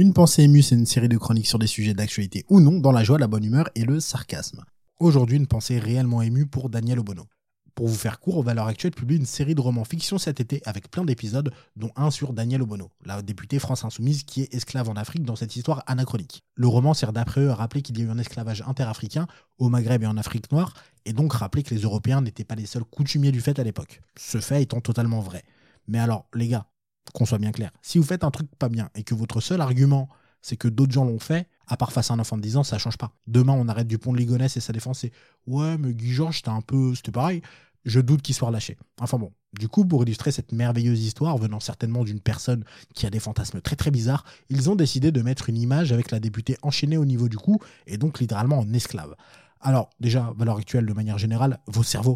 Une pensée émue, c'est une série de chroniques sur des sujets d'actualité ou non, dans la joie, la bonne humeur et le sarcasme. Aujourd'hui, une pensée réellement émue pour Daniel Obono. Pour vous faire court, Valeurs Actuelles publie une série de romans fiction cet été avec plein d'épisodes, dont un sur Daniel Obono, la députée France Insoumise qui est esclave en Afrique dans cette histoire anachronique. Le roman sert d'après eux à rappeler qu'il y a eu un esclavage interafricain au Maghreb et en Afrique noire, et donc rappeler que les Européens n'étaient pas les seuls coutumiers du fait à l'époque. Ce fait étant totalement vrai. Mais alors, les gars, qu'on soit bien clair, si vous faites un truc pas bien et que votre seul argument c'est que d'autres gens l'ont fait, à part face à un enfant de 10 ans, ça change pas. Demain, on arrête Dupont de Ligonnès et sa défense, c'est ouais, mais Guy Georges, c'était pareil. Je doute qu'il soit relâché. Enfin bon, du coup, pour illustrer cette merveilleuse histoire, venant certainement d'une personne qui a des fantasmes très très bizarres, ils ont décidé de mettre une image avec la députée enchaînée au niveau du cou, et donc littéralement en esclave. Alors, déjà, Valeurs Actuelles, de manière générale, vos cerveaux,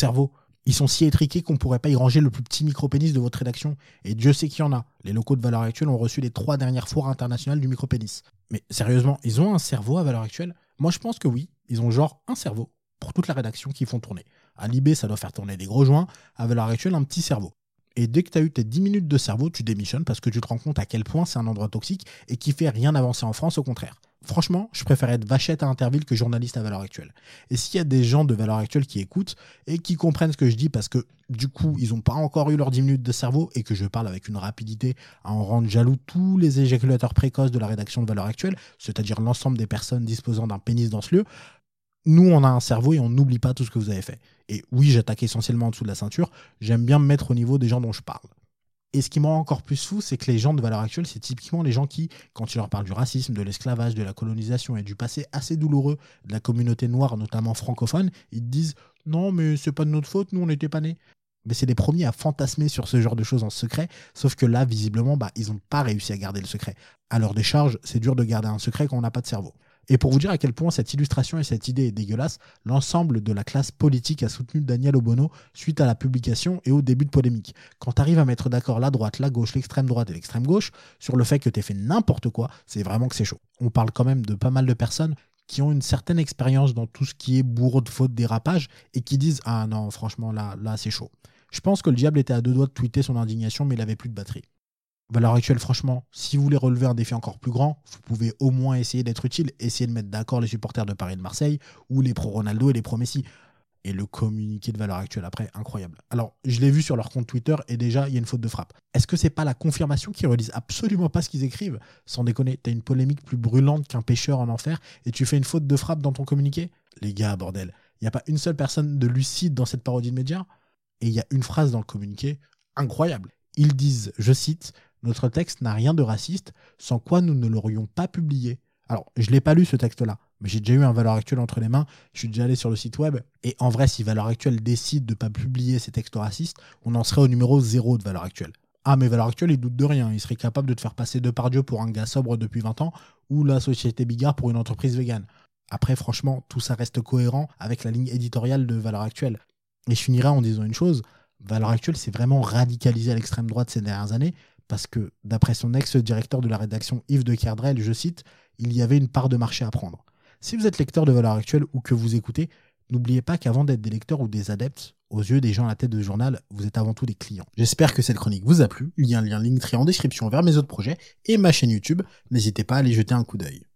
ils sont si étriqués qu'on pourrait pas y ranger le plus petit micro-pénis de votre rédaction. Et Dieu sait qu'il y en a. Les locaux de Valeurs Actuelles ont reçu les 3 dernières foires internationales du micro-pénis. Mais sérieusement, ils ont un cerveau à Valeurs Actuelles ? Moi, je pense que oui. Ils ont genre un cerveau pour toute la rédaction qu'ils font tourner. À Libé, ça doit faire tourner des gros joints. À Valeurs Actuelles, un petit cerveau. Et dès que tu as eu tes 10 minutes de cerveau, tu démissionnes parce que tu te rends compte à quel point c'est un endroit toxique et qui fait rien avancer en France, au contraire. Franchement, je préfère être vachette à Interville que journaliste à Valeurs Actuelles. Et s'il y a des gens de Valeurs Actuelles qui écoutent et qui comprennent ce que je dis parce que du coup, ils n'ont pas encore eu leurs 10 minutes de cerveau et que je parle avec une rapidité à en rendre jaloux tous les éjaculateurs précoces de la rédaction de Valeurs Actuelles, c'est-à-dire l'ensemble des personnes disposant d'un pénis dans ce lieu, nous, on a un cerveau et on n'oublie pas tout ce que vous avez fait. Et oui, j'attaque essentiellement en dessous de la ceinture. J'aime bien me mettre au niveau des gens dont je parle. Et ce qui me rend encore plus fou, c'est que les gens de Valeurs Actuelles, c'est typiquement les gens qui, quand tu leur parles du racisme, de l'esclavage, de la colonisation et du passé assez douloureux de la communauté noire, notamment francophone, ils te disent « Non, mais c'est pas de notre faute, nous on n'était pas nés ». Mais c'est les premiers à fantasmer sur ce genre de choses en secret, sauf que là, visiblement, ils n'ont pas réussi à garder le secret. À leur décharge, c'est dur de garder un secret quand on n'a pas de cerveau. Et pour vous dire à quel point cette illustration et cette idée est dégueulasse, l'ensemble de la classe politique a soutenu Daniel Obono suite à la publication et au début de polémique. Quand tu arrives à mettre d'accord la droite, la gauche, l'extrême droite et l'extrême gauche sur le fait que tu aies fait n'importe quoi, c'est vraiment que c'est chaud. On parle quand même de pas mal de personnes qui ont une certaine expérience dans tout ce qui est bourreau de faute, dérapage, et qui disent « Ah non, franchement, là c'est chaud ». Je pense que le diable était à 2 doigts de tweeter son indignation, mais il avait plus de batterie. Valeurs Actuelles, franchement, si vous voulez relever un défi encore plus grand, vous pouvez au moins essayer d'être utile, essayer de mettre d'accord les supporters de Paris et de Marseille, ou les pro-Ronaldo et les pro-Messi. Et le communiqué de Valeurs Actuelles après, incroyable. Alors, je l'ai vu sur leur compte Twitter, et déjà, il y a une faute de frappe. Est-ce que c'est pas la confirmation qu'ils relisent absolument pas ce qu'ils écrivent ? Sans déconner, t'as une polémique plus brûlante qu'un pêcheur en enfer, et tu fais une faute de frappe dans ton communiqué ? Les gars, bordel, il n'y a pas une seule personne de lucide dans cette parodie de médias ? Et il y a une phrase dans le communiqué incroyable. Ils disent, je cite, « Notre texte n'a rien de raciste, sans quoi nous ne l'aurions pas publié. » Alors, je ne l'ai pas lu ce texte-là, mais j'ai déjà eu un Valeurs Actuelles entre les mains, je suis déjà allé sur le site web, et en vrai, si Valeurs Actuelles décide de ne pas publier ces textes racistes, on en serait au numéro 0 de Valeurs Actuelles. Ah, mais Valeurs Actuelles, ils doutent de rien, ils seraient capables de te faire passer Depardieu pour un gars sobre depuis 20 ans, ou la société Bigard pour une entreprise végane. Après, franchement, tout ça reste cohérent avec la ligne éditoriale de Valeurs Actuelles. Et je finirai en disant une chose, Valeurs Actuelles s'est vraiment radicalisé à l'extrême droite ces dernières années, parce que, d'après son ex-directeur de la rédaction Yves de Kerdrel, je cite, « Il y avait une part de marché à prendre ». Si vous êtes lecteur de Valeurs Actuelles ou que vous écoutez, n'oubliez pas qu'avant d'être des lecteurs ou des adeptes, aux yeux des gens à la tête de journal, vous êtes avant tout des clients. J'espère que cette chronique vous a plu. Il y a un lien Linktree en description vers mes autres projets et ma chaîne YouTube. N'hésitez pas à aller jeter un coup d'œil.